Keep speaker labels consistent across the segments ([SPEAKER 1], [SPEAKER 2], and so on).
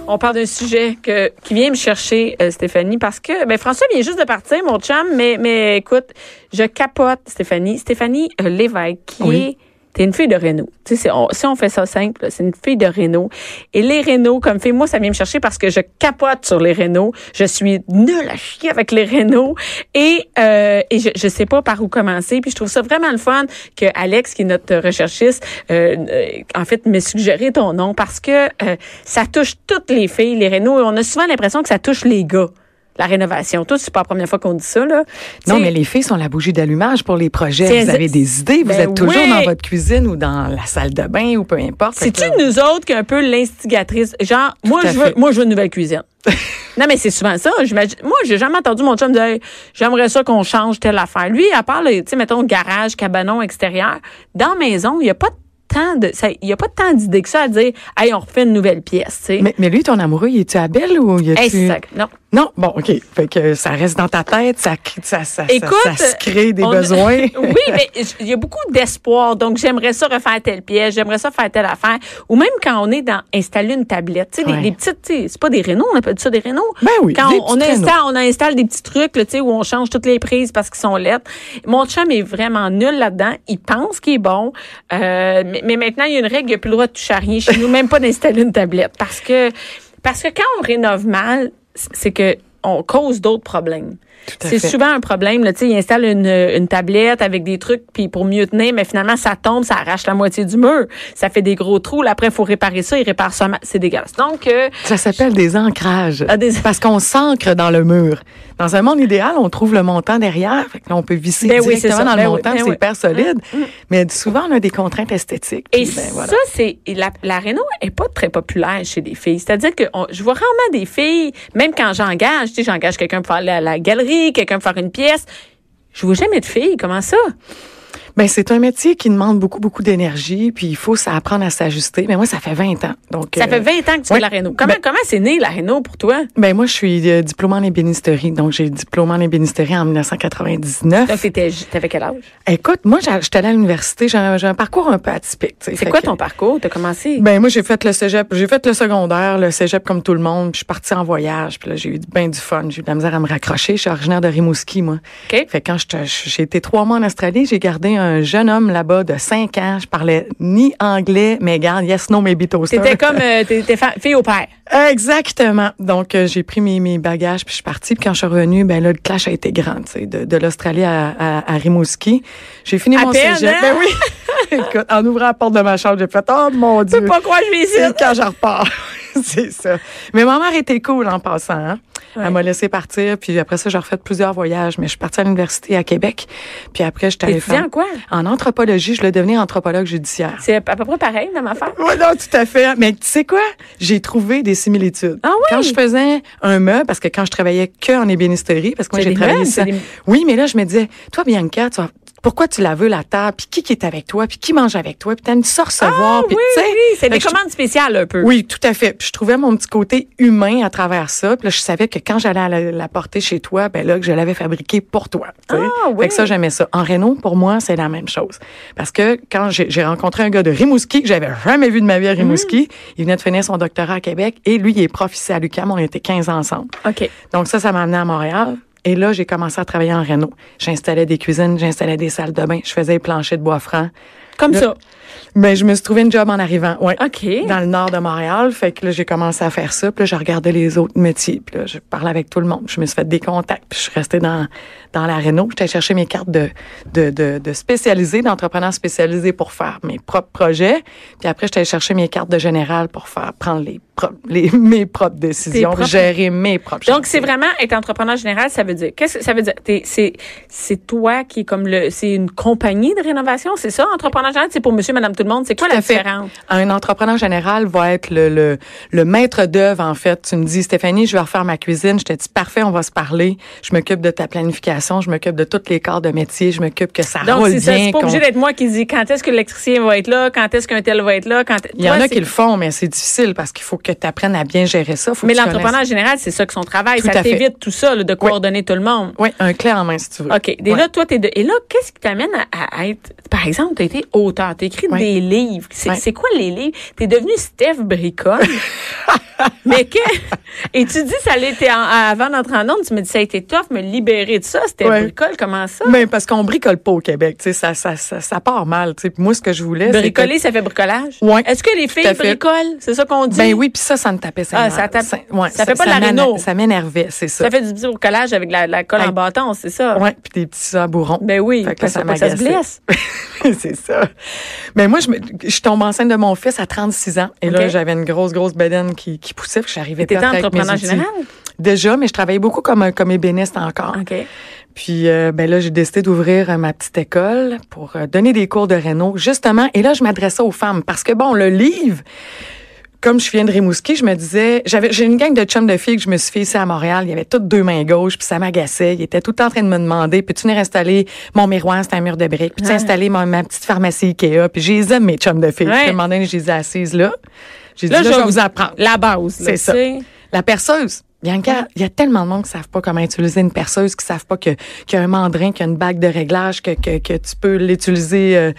[SPEAKER 1] on parle d'un sujet qui vient me chercher, Stéphanie, parce que François vient juste de partir, mon chum, mais écoute, je capote Stéphanie. Stéphanie Lévesque, qui est... T'es une fille de Renault. Tu sais, si on fait ça simple, là, c'est une fille de Renault. Et les Renault, comme fille, moi, ça vient me chercher parce que je capote sur les Renault. Je suis nulle à chier avec les Renault. Et je sais pas par où commencer. Puis je trouve ça vraiment le fun que Alex, qui est notre recherchiste, en fait, m'ait suggéré ton nom parce que ça touche toutes les filles, les Renault. Et on a souvent l'impression que ça touche les gars. La rénovation. Tout, c'est pas la première fois qu'on dit ça, là.
[SPEAKER 2] Non, mais les filles sont la bougie d'allumage pour les projets. Vous avez des idées, vous êtes toujours dans votre cuisine ou dans la salle de bain ou peu importe.
[SPEAKER 1] C'est-tu nous autres qui est un peu l'instigatrice? Genre, moi, je veux une nouvelle cuisine. Non, mais c'est souvent ça. Moi, j'ai jamais entendu mon chum dire, hey, j'aimerais ça qu'on change telle affaire. Lui, à part, tu sais, mettons, garage, cabanon extérieur, dans la maison, il n'y a pas il y a pas tant d'idées que ça à dire, hey, on refait une nouvelle pièce, tu sais.
[SPEAKER 2] Mais lui, ton amoureux, il est-tu habile ou il est-tu...
[SPEAKER 1] Non.
[SPEAKER 2] Non, bon, OK. Fait que ça reste dans ta tête,
[SPEAKER 1] Écoute,
[SPEAKER 2] ça se crée des besoins.
[SPEAKER 1] Oui, mais il y a beaucoup d'espoir. Donc, j'aimerais ça refaire telle pièce, j'aimerais ça faire telle affaire. Ou même quand on est dans installer une tablette. Tu sais, les petites, tu sais, c'est pas des Renault, on appelle ça des Renault.
[SPEAKER 2] Ben oui,
[SPEAKER 1] quand
[SPEAKER 2] on
[SPEAKER 1] installe des petits trucs, là, tu sais, où on change toutes les prises parce qu'ils sont laides. Mon chum est vraiment nul là-dedans. Il pense qu'il est bon. Mais maintenant, il y a une règle, il n'a plus le droit de toucher à rien chez nous, même pas d'installer une tablette. Parce que quand on rénove mal, c'est que on cause d'autres problèmes. C'est souvent un problème. Là, il installe une tablette avec des trucs puis pour mieux tenir, mais finalement, ça tombe, ça arrache la moitié du mur. Ça fait des gros trous. Là, après, il faut réparer ça. Il répare ça. C'est dégueulasse. Donc,
[SPEAKER 2] ça s'appelle des ancrages. Parce qu'on s'ancre dans le mur. Dans un monde idéal, on trouve le montant derrière. Fait que là, on peut visser directement dans le montant. C'est hyper solide. Mais souvent, on a des contraintes esthétiques.
[SPEAKER 1] Et voilà. Ça, c'est... La Renault est pas très populaire chez les filles. C'est-à-dire que je vois rarement des filles, même quand j'engage, j'engage quelqu'un pour faire la galerie, quelqu'un pour faire une pièce. Je vois jamais de filles. Comment ça?
[SPEAKER 2] Ben c'est un métier qui demande beaucoup, beaucoup d'énergie, puis il faut apprendre à s'ajuster. Mais moi, ça fait 20 ans. Donc,
[SPEAKER 1] ça fait 20 ans que tu fais de la Renault. Comment c'est né, la Renault, pour toi?
[SPEAKER 2] Ben moi, je suis diplômée en ébénisterie. Donc, j'ai diplômé en ébénisterie en 1999. Donc,
[SPEAKER 1] t'avais quel âge?
[SPEAKER 2] Écoute, moi, j'étais allée à l'université. J'ai un parcours un peu atypique.
[SPEAKER 1] C'est quoi ton parcours? T'as commencé?
[SPEAKER 2] Ben moi, j'ai fait le cégep. J'ai fait le secondaire, le cégep comme tout le monde. Puis je suis partie en voyage. Puis là, j'ai eu bien du fun. J'ai eu de la misère à me raccrocher. Je suis originaire de Rimouski, moi.
[SPEAKER 1] OK.
[SPEAKER 2] Fait que quand j'ai été 3 mois en Australie, j'ai gardé un jeune homme là-bas de 5 ans. Je parlais ni anglais, mais regarde, yes, no, maybe toaster.
[SPEAKER 1] T'étais comme, t'étais fille au père.
[SPEAKER 2] Exactement. Donc, j'ai pris mes bagages puis je suis partie. Puis quand je suis revenue, ben là, le clash a été grand, tu sais, de l'Australie à Rimouski. J'ai fini mon cégep.
[SPEAKER 1] Hein?
[SPEAKER 2] Ben oui. Écoute, en ouvrant la porte de ma chambre, j'ai fait, oh mon Dieu.
[SPEAKER 1] Je peux pas croire que je vais ici.
[SPEAKER 2] C'est quand je repars. C'est ça. Mais ma mère était cool en passant, hein. Ouais. Elle m'a laissé partir, puis après ça, j'ai refait plusieurs voyages. Mais je suis partie à l'université à Québec, puis après, j'étais allée faire...
[SPEAKER 1] en quoi?
[SPEAKER 2] En anthropologie. Je voulais devenir anthropologue judiciaire.
[SPEAKER 1] C'est à peu près pareil, dans ma affaire?
[SPEAKER 2] Oui, non, tout à fait. Mais tu sais quoi? J'ai trouvé des similitudes.
[SPEAKER 1] Ah oui?
[SPEAKER 2] Quand je faisais un meuble, parce que quand je travaillais que en ébénisterie, parce que moi, j'ai travaillé ça. Oui, mais là, je me disais, toi, Bianca, pourquoi tu la veux, la table, puis qui est avec toi, puis qui mange avec toi, puis t'aimes ça recevoir.
[SPEAKER 1] Ah,
[SPEAKER 2] puis,
[SPEAKER 1] oui, c'est des commandes spéciales un peu.
[SPEAKER 2] Oui, tout à fait. Puis je trouvais mon petit côté humain à travers ça. Puis là, je savais que quand j'allais la porter chez toi, ben là, que je l'avais fabriquée pour toi. T'sais.
[SPEAKER 1] Ah, oui.
[SPEAKER 2] Fait que ça, j'aimais ça. En Renault, pour moi, c'est la même chose. Parce que quand j'ai rencontré un gars de Rimouski, que j'avais jamais vu de ma vie à Rimouski, il venait de finir son doctorat à Québec, et lui, il est prof ici à l'UQAM, on était 15 ans ensemble.
[SPEAKER 1] OK.
[SPEAKER 2] Donc ça m'a amené à Montréal. Et là, j'ai commencé à travailler en réno. J'installais des cuisines, j'installais des salles de bain, je faisais les planchers de bois franc.
[SPEAKER 1] Comme
[SPEAKER 2] là,
[SPEAKER 1] ça?
[SPEAKER 2] Ben, je me suis trouvé une job en arrivant, ouais.
[SPEAKER 1] OK.
[SPEAKER 2] Dans le nord de Montréal. Fait que là, j'ai commencé à faire ça. Puis là, je regardais les autres métiers. Puis là, je parlais avec tout le monde. Je me suis fait des contacts. Puis je suis restée dans la réno. J'étais chercher mes cartes de spécialisé, d'entrepreneur spécialisé pour faire mes propres projets. Puis après, j'étais chercher mes cartes de général pour prendre mes propres décisions, gérer mes propres choses.
[SPEAKER 1] Donc, c'est vraiment être entrepreneur général, ça veut dire, qu'est-ce que ça veut dire? C'est toi qui est comme c'est une compagnie de rénovation, c'est ça? Entrepreneur général, c'est pour monsieur, madame, tout le monde. C'est quoi la différence?
[SPEAKER 2] Un entrepreneur général va être le maître d'œuvre, en fait. Tu me dis, Stéphanie, je vais refaire ma cuisine. Je te dis, parfait, on va se parler. Je m'occupe de ta planification. Je m'occupe de tous les corps de métier. Je m'occupe que ça roule bien.
[SPEAKER 1] Donc, c'est pas obligé d'être moi qui dis quand est-ce que l'électricien va être là, quand est-ce qu'un tel va être là.
[SPEAKER 2] Il y en a qui le font, mais c'est difficile parce qu'il faut que tu apprennes à bien gérer ça.
[SPEAKER 1] Mais l'entrepreneur en général, c'est ça que son travail.
[SPEAKER 2] Tout
[SPEAKER 1] ça
[SPEAKER 2] à fait.
[SPEAKER 1] t'évite tout ça, là, de coordonner tout le monde.
[SPEAKER 2] Oui, un clé en main, si tu veux.
[SPEAKER 1] OK. Et là, toi, et là, qu'est-ce qui t'amène à être... Par exemple, tu as été auteur, tu as écrit des livres. C'est quoi les livres? Tu es devenu Steph Bricole. Mais et tu dis, ça l'était avant d'entrer en onde, tu me dis, ça a été tough, me libérer de ça. Steph Bricole, comment ça?
[SPEAKER 2] Mais parce qu'on bricole pas au Québec, tu sais, ça part mal, tu sais. Moi, ce que je voulais, c'est
[SPEAKER 1] bricoler, ça fait bricolage?
[SPEAKER 2] Oui.
[SPEAKER 1] Est-ce que les filles bricolent? C'est ça qu'on dit?
[SPEAKER 2] Ben oui, puis ça me tapait ça.
[SPEAKER 1] Ça fait pas de la réno.
[SPEAKER 2] Ça m'énervait, c'est ça.
[SPEAKER 1] Ça fait du petit bricolage avec la colle en bâton, c'est ça?
[SPEAKER 2] Oui, puis des petits bourrons.
[SPEAKER 1] Ben oui,
[SPEAKER 2] fait que
[SPEAKER 1] ça
[SPEAKER 2] m'agaçait.
[SPEAKER 1] se blesse.
[SPEAKER 2] C'est ça. Mais moi, je tombe enceinte de mon fils à 36 ans. Et là, j'avais une grosse bedaine qui poussait, puis j'arrivais pas à avec mes outils.
[SPEAKER 1] général?
[SPEAKER 2] Déjà, mais je travaillais beaucoup comme ébéniste encore.
[SPEAKER 1] OK.
[SPEAKER 2] Puis là, j'ai décidé d'ouvrir ma petite école pour donner des cours de réno, justement. Et là, je m'adressais aux femmes parce que, bon, le livre, comme je viens de Rimouski, je me disais, j'ai une gang de chums de filles que je me suis fait ici à Montréal. Il y avait toutes 2 mains gauches, puis ça m'agaçait. Ils étaient tout le temps en train de me demander, peux-tu venir installer mon miroir, c'est un mur de briques, peux-tu installer ma petite pharmacie Ikea. Puis j'ai les aime, mes chums de filles. Puis à un moment donné, je les ai assises là. J'ai dit, là, je vais vous apprendre.
[SPEAKER 1] La base,
[SPEAKER 2] c'est ça. La perceuse. Bianca, il y a tellement de monde qui savent pas comment utiliser une perceuse, qui savent pas qu'il y a un mandrin, qu'il y a une bague de réglage, que tu peux l'utiliser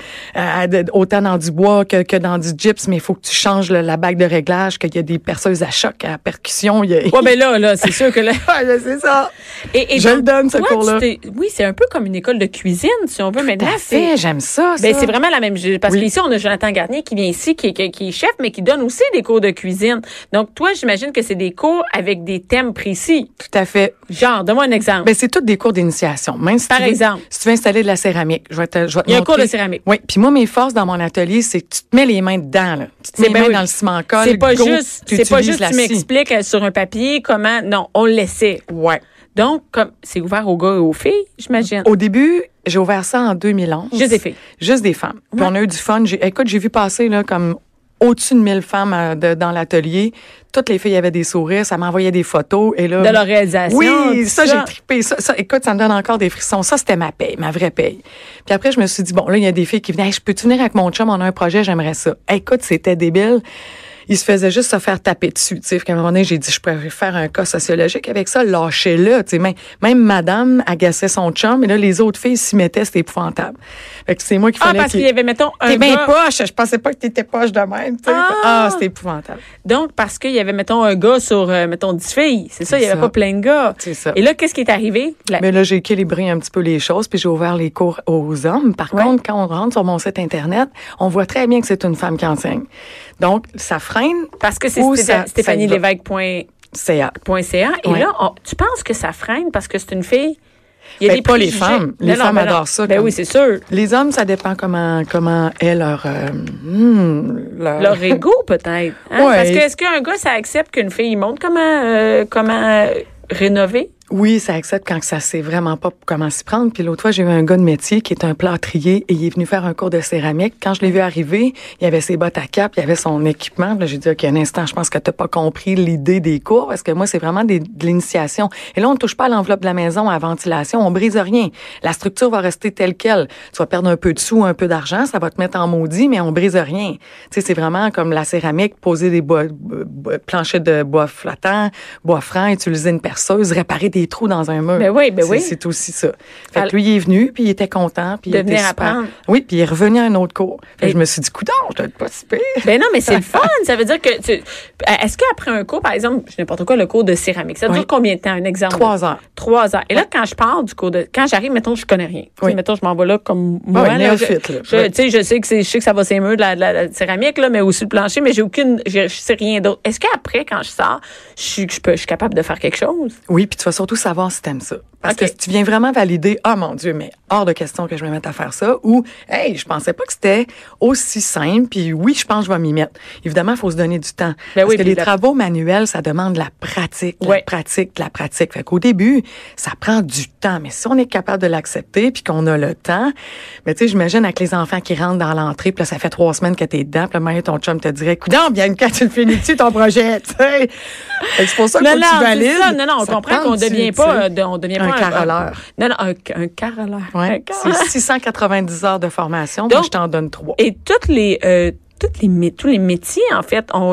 [SPEAKER 2] autant dans du bois que dans du gyps, mais il faut que tu changes la bague de réglage, qu'il y a des perceuses à choc, à percussion.
[SPEAKER 1] Ouais, mais là, c'est sûr que là.
[SPEAKER 2] Ouais, c'est ça.
[SPEAKER 1] Et
[SPEAKER 2] je le donne, ce cours-là.
[SPEAKER 1] Oui, c'est un peu comme une école de cuisine, si on veut. Mais là,
[SPEAKER 2] j'aime ça.
[SPEAKER 1] Ben, c'est vraiment la même. Parce qu'ici, on a Jonathan Garnier qui vient ici, qui est chef, mais qui donne aussi des cours de cuisine. Donc, toi, j'imagine que c'est des cours avec des thèmes précis.
[SPEAKER 2] Tout à fait.
[SPEAKER 1] Genre, donne-moi un exemple.
[SPEAKER 2] Ben, c'est tous des cours d'initiation. Même si
[SPEAKER 1] Par exemple.
[SPEAKER 2] Si tu veux installer de la céramique, je vais te montrer.
[SPEAKER 1] Il y a un cours de céramique.
[SPEAKER 2] Oui. Puis moi, mes forces dans mon atelier, c'est que tu te mets les mains dedans, là. Tu te mets les mains dans le ciment colle.
[SPEAKER 1] C'est pas juste tu m'expliques sur un papier comment. Non, on le laissait.
[SPEAKER 2] Ouais.
[SPEAKER 1] Donc, comme c'est ouvert aux gars et aux filles, j'imagine.
[SPEAKER 2] Au début, j'ai ouvert ça en 2011.
[SPEAKER 1] Juste des filles.
[SPEAKER 2] Juste des femmes. Puis on a eu du fun. Écoute, j'ai vu passer, là, comme au-dessus de 1000 femmes dans l'atelier. Toutes les filles avaient des sourires, ça m'envoyait des photos. Et là,
[SPEAKER 1] de leur réalisation.
[SPEAKER 2] Oui, ça, j'ai trippé. Ça, écoute, ça me donne encore des frissons. Ça, c'était ma paye, ma vraie paye. Puis après, je me suis dit, bon, là, il y a des filles qui venaient, hey, je peux-tu venir avec mon chum, on a un projet, j'aimerais ça. Hey, écoute, c'était débile. Il se faisait juste se faire taper dessus. Tu sais, qu'à un moment donné, j'ai dit, je pourrais faire un cas sociologique avec ça, lâchez-le. Tu sais, même madame agaçait son chum, et là, les autres filles s'y mettaient, c'était épouvantable. Fait que c'est moi qui fallait.
[SPEAKER 1] Parce qu'il y avait, mettons, un
[SPEAKER 2] gars. T'es bien poche, je pensais pas que t'étais poche de même, tu sais. C'était épouvantable.
[SPEAKER 1] Donc, parce qu'il y avait, mettons, un gars sur, mettons, 10 filles. C'est ça, il y avait pas plein de gars.
[SPEAKER 2] C'est ça.
[SPEAKER 1] Et là, qu'est-ce qui est arrivé?
[SPEAKER 2] Mais là, j'ai équilibré un petit peu les choses, puis j'ai ouvert les cours aux hommes. Par contre, quand on rentre sur mon site Internet, on voit très bien que c'est une femme qui enseigne. Donc, ça freine.
[SPEAKER 1] Parce que c'est StéphanieLévesque.ca. Et là, tu penses que ça freine parce que c'est une fille?
[SPEAKER 2] Il y a des pas les femmes. Les femmes adorent ça.
[SPEAKER 1] Ben oui, c'est sûr.
[SPEAKER 2] Les hommes, ça dépend comment est leur
[SPEAKER 1] ego, peut-être. Hein? Ouais. Parce que est-ce qu'un gars, ça accepte qu'une fille montre comment rénover?
[SPEAKER 2] Oui, ça accepte quand ça sait vraiment pas comment s'y prendre. Puis l'autre fois, j'ai eu un gars de métier qui est un plâtrier et il est venu faire un cours de céramique. Quand je l'ai vu arriver, il avait ses bottes à cap, il avait son équipement. Puis là, j'ai dit, OK, un instant, je pense que t'as pas compris l'idée des cours parce que moi, c'est vraiment de l'initiation. Et là, on ne touche pas à l'enveloppe de la maison, à la ventilation, on brise rien. La structure va rester telle quelle. Tu vas perdre un peu de sous, un peu d'argent, ça va te mettre en maudit, mais on brise rien. Tu sais, c'est vraiment comme la céramique, poser des planchers de bois flottant, bois franc, utiliser une perceuse, réparer des trous dans un mur.
[SPEAKER 1] Ben oui.
[SPEAKER 2] C'est aussi ça. Fait que lui, il est venu, puis il était content, puis il était super.
[SPEAKER 1] Apprendre.
[SPEAKER 2] Oui, puis il est revenu à un autre cours. Fait que je me suis dit, coudonc, je dois être pas si pire.
[SPEAKER 1] Ben non, mais c'est le fun. Ça veut dire que est-ce qu'après un cours, par exemple, n'importe quoi, le cours de céramique, ça dure combien de temps, un exemple?
[SPEAKER 2] 3 heures.
[SPEAKER 1] 3 heures. Et là, quand je pars du cours quand j'arrive, mettons, je connais rien. Mettons, je m'en vais là comme moi. Je sais que ça va s'émeurer de la céramique, là, mais aussi le plancher, mais je sais rien d'autre. Est-ce qu'après, quand je sors, je suis capable de faire quelque chose?
[SPEAKER 2] Oui, puis tu vas surtout savoir si t'aimes ça. Parce que si tu viens vraiment valider, mon Dieu, mais hors de question que je me mette à faire ça, ou, hey, je pensais pas que c'était aussi simple, puis oui, je pense que je vais m'y mettre. Évidemment, il faut se donner du temps. Parce que les travaux manuels, ça demande de la pratique, de la pratique. Fait qu'au début, ça prend du temps. Mais si on est capable de l'accepter, puis qu'on a le temps, mais tu sais, j'imagine avec les enfants qui rentrent dans l'entrée, puis là, ça fait 3 semaines que t'es dedans, puis là, ton chum te dirait, coudonc, Bianca, tu le finis-tu ton projet, tu sais? C'est pour ça que tu valides.
[SPEAKER 1] Non, on comprend qu'on devient pas
[SPEAKER 2] un caroleur.
[SPEAKER 1] Non, un caroleur.
[SPEAKER 2] Ouais, c'est 690 heures de formation, donc je t'en donne 3.
[SPEAKER 1] Et toutes les tous les métiers, en fait, ont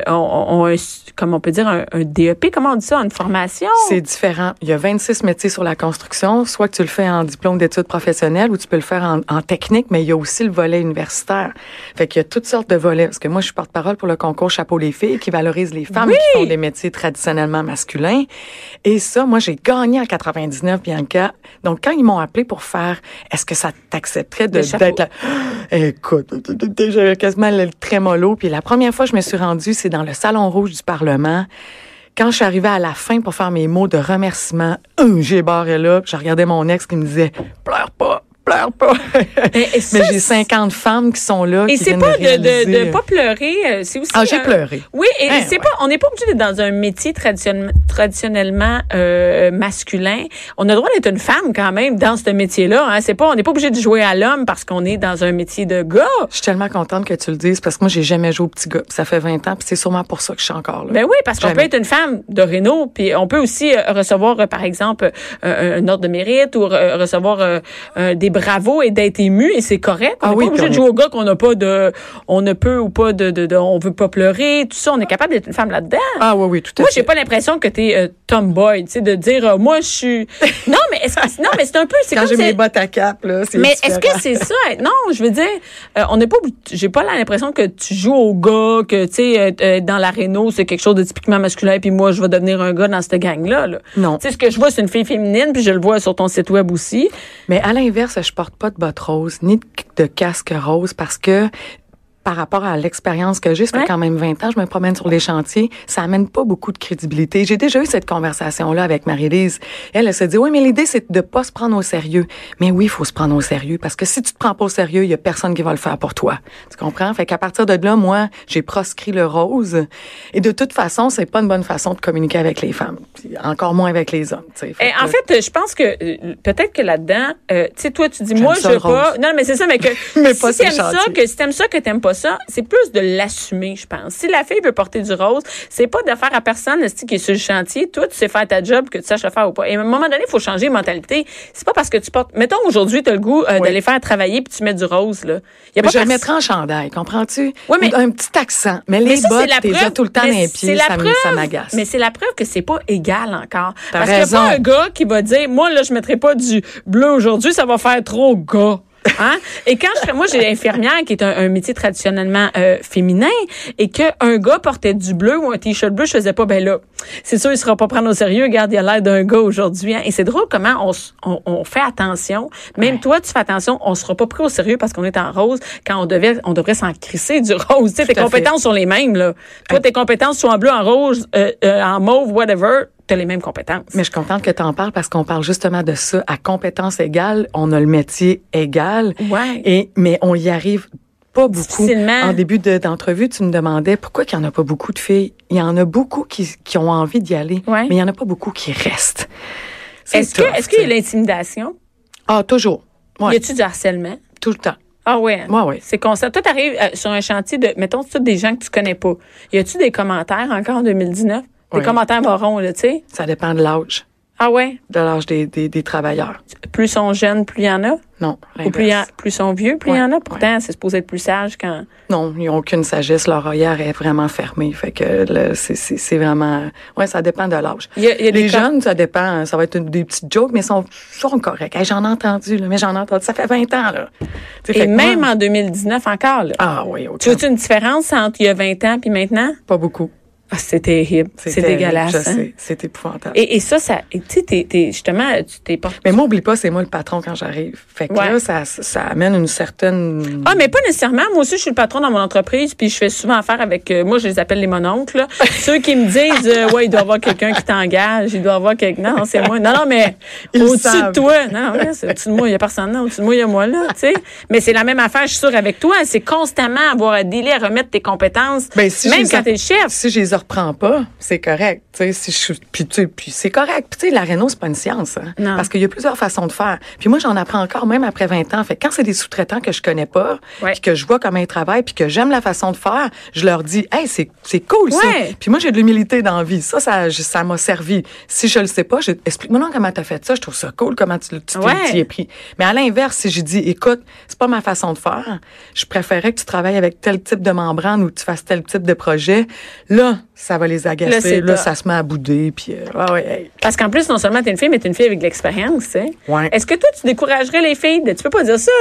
[SPEAKER 1] un, comment on peut dire, un DEP, comment on dit ça, une formation?
[SPEAKER 2] C'est différent. Il y a 26 métiers sur la construction, soit que tu le fais en diplôme d'études professionnelles ou tu peux le faire en technique, mais il y a aussi le volet universitaire. Fait qu'il y a toutes sortes de volets. Parce que moi, je suis porte-parole pour le concours Chapeau les filles qui valorise les femmes qui font des métiers traditionnellement masculins. Et ça, moi, j'ai gagné en 99, Bianca. Donc, quand ils m'ont appelé pour faire, est-ce que ça t'accepterait d'être là? Écoute, j'ai quasiment le trémolo. Puis la première fois que je me suis rendue, c'est dans le Salon Rouge du Parlement. Quand je suis arrivée à la fin pour faire mes mots de remerciement, j'ai barré là. Puis je regardais mon ex qui me disait « Pleure pas! » Pleure pas. Mais j'ai 50 femmes qui sont là.
[SPEAKER 1] Et c'est pas de pas pleurer, c'est aussi.
[SPEAKER 2] J'ai pleuré.
[SPEAKER 1] Oui, et c'est pas, on n'est pas obligé d'être dans un métier traditionnellement masculin. On a le droit d'être une femme quand même dans ce métier-là. Hein. On n'est pas obligé de jouer à l'homme parce qu'on est dans un métier de gars.
[SPEAKER 2] Je suis tellement contente que tu le dises parce que moi j'ai jamais joué au petit gars. Ça fait 20 ans, puis c'est sûrement pour ça que je suis encore là.
[SPEAKER 1] Ben oui, parce qu'on peut être une femme de Renault, puis on peut aussi recevoir par exemple un ordre de mérite ou recevoir des bravo et d'être ému et c'est correct. On n'est pas obligé de jouer au gars qu'on n'a pas on ne peut ou pas on veut pas pleurer, tout ça. On est capable d'être une femme là-dedans.
[SPEAKER 2] Ah oui, tout à fait.
[SPEAKER 1] Moi, j'ai pas l'impression que t'es tomboy, tu sais, de dire moi je suis. Non, mais c'est un peu. C'est
[SPEAKER 2] quand j'ai mes bottes à cap là.
[SPEAKER 1] Mais est-ce que c'est ça? Non, je veux dire, on n'est pas. J'ai pas l'impression que tu joues au gars, que tu sais, dans la Renault, c'est quelque chose de typiquement masculin, puis moi je vais devenir un gars dans cette gang-là. Là.
[SPEAKER 2] Non.
[SPEAKER 1] Tu sais, ce que je vois, c'est une fille féminine, puis je le vois sur ton site web aussi.
[SPEAKER 2] Mais à l'inverse, je porte pas de bottes roses, ni de casque rose, parce que par rapport à l'expérience que j'ai, ça fait quand même 20 ans, je me promène sur les chantiers, ça amène pas beaucoup de crédibilité. J'ai déjà eu cette conversation-là avec Marie-Lise. Elle se dit, oui, mais l'idée, c'est de pas se prendre au sérieux. Mais oui, il faut se prendre au sérieux, parce que si tu te prends pas au sérieux, il y a personne qui va le faire pour toi. Tu comprends? Fait qu'à partir de là, moi, j'ai proscrit le rose. Et de toute façon, c'est pas une bonne façon de communiquer avec les femmes. Encore moins avec les hommes, tu sais.
[SPEAKER 1] En fait, je pense que peut-être que là-dedans, tu sais, toi, tu dis, moi, je veux pas. Non, mais c'est ça, mais que
[SPEAKER 2] mais
[SPEAKER 1] si
[SPEAKER 2] pas
[SPEAKER 1] t'aimes ça, que t'aimes pas ça, c'est plus de l'assumer, je pense. Si la fille veut porter du rose, c'est pas de faire à personne qui est sur le chantier. Toi, tu sais faire ta job, que tu saches le faire ou pas. Et à un moment donné, il faut changer de mentalité. C'est pas parce que tu portes... Mettons, aujourd'hui, tu as le goût d'aller faire travailler puis tu mets du rose, là.
[SPEAKER 2] Je le mettrais en chandail, comprends-tu?
[SPEAKER 1] Oui, mais...
[SPEAKER 2] Un petit accent. Mais les bottes, t'es déjà tout le temps dans les pieds, ça m'agace.
[SPEAKER 1] Mais c'est la preuve que c'est pas égal encore.
[SPEAKER 2] Parce
[SPEAKER 1] qu'il n'y a pas un gars qui va dire, moi, là, je mettrai pas du bleu aujourd'hui, ça va faire trop gars. Hein? Et quand moi j'ai l'infirmière qui est un métier traditionnellement féminin et que un gars portait du bleu ou un t-shirt bleu, je faisais pas ben là. C'est sûr il sera pas prendre au sérieux, regarde, il a l'air d'un gars aujourd'hui hein? Et c'est drôle comment on fait attention. Même toi tu fais attention, on sera pas pris au sérieux parce qu'on est en rose quand on devrait s'en crisser du rose. Tu sais tes compétences sont les mêmes là. Toi tes compétences sont en bleu, en rose, en mauve, whatever. T'as les mêmes compétences.
[SPEAKER 2] Mais je suis contente que tu en parles parce qu'on parle justement de ça. À compétences égales, on a le métier égal.
[SPEAKER 1] Ouais.
[SPEAKER 2] Mais on y arrive pas beaucoup.
[SPEAKER 1] Difficilement.
[SPEAKER 2] En début d'entrevue, tu me demandais pourquoi il y en a pas beaucoup de filles. Il y en a beaucoup qui ont envie d'y aller, mais il y en a pas beaucoup qui restent.
[SPEAKER 1] Est-ce qu'il y a l'intimidation?
[SPEAKER 2] Ah, toujours. Ouais.
[SPEAKER 1] Y a-tu du harcèlement?
[SPEAKER 2] Tout le temps.
[SPEAKER 1] Ah ouais.
[SPEAKER 2] Ouais.
[SPEAKER 1] C'est constant. Toi, t'arrives sur un chantier de, mettons, c'est tous des gens que tu connais pas. Y a-tu des commentaires encore en 2019? Des commentaires marrons, là, tu sais?
[SPEAKER 2] Ça dépend de l'âge.
[SPEAKER 1] Ah ouais?
[SPEAKER 2] De l'âge des travailleurs.
[SPEAKER 1] Plus sont jeunes, plus il y en a?
[SPEAKER 2] Non,
[SPEAKER 1] ou plus sont vieux, plus il y en a? Pourtant, c'est supposé être plus sage quand...
[SPEAKER 2] Non, ils n'ont aucune sagesse. Leur œillère est vraiment fermée. Fait que là, c'est vraiment... Ouais, ça dépend de l'âge. Les jeunes, ça dépend. Ça va être des petites jokes, mais ils sont corrects. Hey, j'en ai entendu, là, mais j'en ai entendu. Ça fait 20 ans, là.
[SPEAKER 1] Et même en 2019 encore, là.
[SPEAKER 2] Ah oui, OK.
[SPEAKER 1] Tu vois-tu une différence entre il y a 20 ans puis maintenant?
[SPEAKER 2] Pas beaucoup.
[SPEAKER 1] Ah, c'est terrible. C'est dégueulasse.
[SPEAKER 2] Je sais, c'est épouvantable.
[SPEAKER 1] Et ça, tu sais, justement, tu t'es pas...
[SPEAKER 2] Mais moi, oublie pas, c'est moi le patron quand j'arrive. Fait que là, ça amène une certaine...
[SPEAKER 1] Ah, mais pas nécessairement. Moi aussi, je suis le patron dans mon entreprise, puis je fais souvent affaire avec... moi, je les appelle les mononcles, là. Ceux qui me disent, ouais, il doit y avoir quelqu'un qui t'engage, il doit y avoir quelqu'un... Non, c'est moi. Non, mais au-dessus de toi. Non, c'est au-dessus de moi, il y a personne là. Au-dessus de moi, il y a moi, là, tu sais. Mais c'est la même affaire, je suis sûre, avec toi. C'est constamment avoir à délai à remettre tes compétences, même quand t'es le chef.
[SPEAKER 2] Si je les reprends pas, c'est correct. Tu sais, puis c'est correct. Puis tu sais, la réno, c'est pas une science. Hein, parce qu'il y a plusieurs façons de faire. Puis moi, j'en apprends encore même après 20 ans. Fait que quand c'est des sous-traitants que je connais pas, puis que je vois comment ils travaillent, puis que j'aime la façon de faire, je leur dis, hey, c'est cool ça. Puis moi, j'ai de l'humilité dans la vie. Ça m'a servi. Si je le sais pas, explique-moi non comment t'as fait ça. Je trouve ça cool comment tu t'y es pris. Mais à l'inverse, si j'ai dit, écoute, c'est pas ma façon de faire, je préférais que tu travailles avec tel type de membrane ou que tu fasses tel type de projet, là, ça va les agacer. Là, ça se met à bouder. Puis,
[SPEAKER 1] Parce qu'en plus, non seulement t'es une fille, mais t'es une fille avec de l'expérience. Hein?
[SPEAKER 2] Ouais.
[SPEAKER 1] Est-ce que toi, tu découragerais les filles? Tu peux pas dire ça.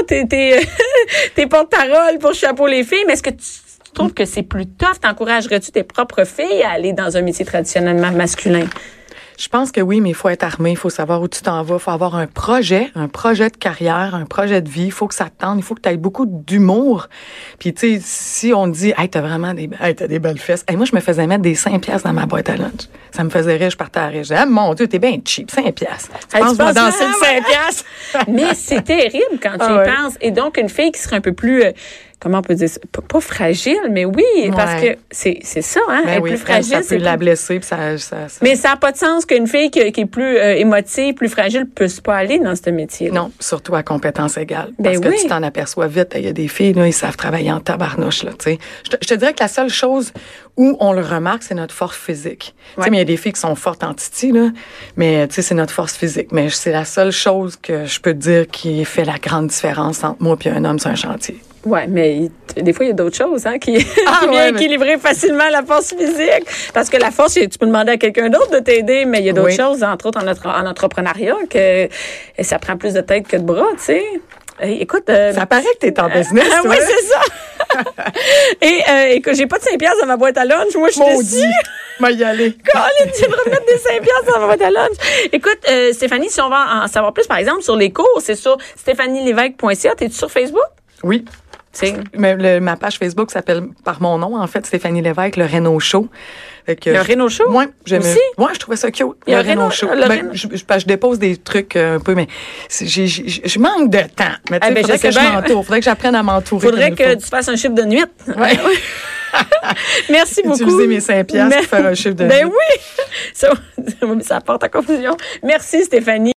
[SPEAKER 1] T'es porte-parole pour chapeau les filles, mais est-ce que tu trouves que c'est plus tough? T'encouragerais-tu tes propres filles à aller dans un métier traditionnellement masculin?
[SPEAKER 2] Je pense que oui, mais il faut être armé, il faut savoir où tu t'en vas, il faut avoir un projet de carrière, un projet de vie, il faut que ça te tente, il faut que tu aies beaucoup d'humour. Puis tu sais, si on te dit "Hey, t'as vraiment t'as des belles fesses." Hey, moi je me faisais mettre des 5 piastres dans ma boîte à lunch. Ça me faisait rire, je partais à rire. Je disais "Ah mon Dieu, t'es bien cheap, 5 piastres." Tu penses que danser de 5 piastres?
[SPEAKER 1] Mais c'est terrible quand tu y penses. Et donc une fille qui serait un peu plus comment on peut dire ça? Pas fragile, mais oui, parce que c'est ça, hein? Elle est plus fragile.
[SPEAKER 2] Ça peut la blesser. Puis ça...
[SPEAKER 1] Mais ça n'a pas de sens qu'une fille qui est plus émotive, plus fragile, ne puisse pas aller dans ce métier.
[SPEAKER 2] Non, surtout à compétence égale. Parce que tu t'en aperçois vite. Il y a des filles, là, ils savent travailler en tabarnouche. Là, je te dirais que la seule chose où on le remarque, c'est notre force physique. Mais il y a des filles qui sont fortes en titi, là, mais c'est notre force physique. Mais c'est la seule chose que je peux te dire qui fait la grande différence entre moi et un homme sur un chantier.
[SPEAKER 1] Oui, mais des fois, il y a d'autres choses qui viennent équilibrer facilement la force physique. Parce que la force, tu peux demander à quelqu'un d'autre de t'aider, mais il y a d'autres choses, entre autres en entrepreneuriat, que ça prend plus de tête que de bras, tu sais. Hey, écoute...
[SPEAKER 2] ça paraît que t'es en business, toi.
[SPEAKER 1] Oui, c'est ça. Et écoute, j'ai pas de 5 piastres dans ma boîte à lunch. Moi, je suis déçue.
[SPEAKER 2] Moi, y aller.
[SPEAKER 1] Colin, tu devrais mettre des 5 piastres dans ma boîte à lunch. Écoute, Stéphanie, si on va en savoir plus, par exemple, sur les cours, c'est sur stéphanielevesque.ca. T'es-tu sur Facebook?
[SPEAKER 2] Oui. Ma page Facebook s'appelle par mon nom, en fait, Stéphanie Lévesque, le Réno Show.
[SPEAKER 1] Le Réno Show?
[SPEAKER 2] Oui,
[SPEAKER 1] aussi?
[SPEAKER 2] Ouais, je trouvais ça cute.
[SPEAKER 1] Le Réno Show.
[SPEAKER 2] Je dépose des trucs un peu, mais je manque de temps. Mais faudrait que je m'entoure. Faudrait que j'apprenne à m'entourer.
[SPEAKER 1] Faudrait que tu fasses un chiffre de nuit.
[SPEAKER 2] Ouais.
[SPEAKER 1] Merci beaucoup.
[SPEAKER 2] Utiliser mes 5 piastres pour faire un chiffre de nuit.
[SPEAKER 1] Ben oui! Ça apporte à confusion. Merci, Stéphanie.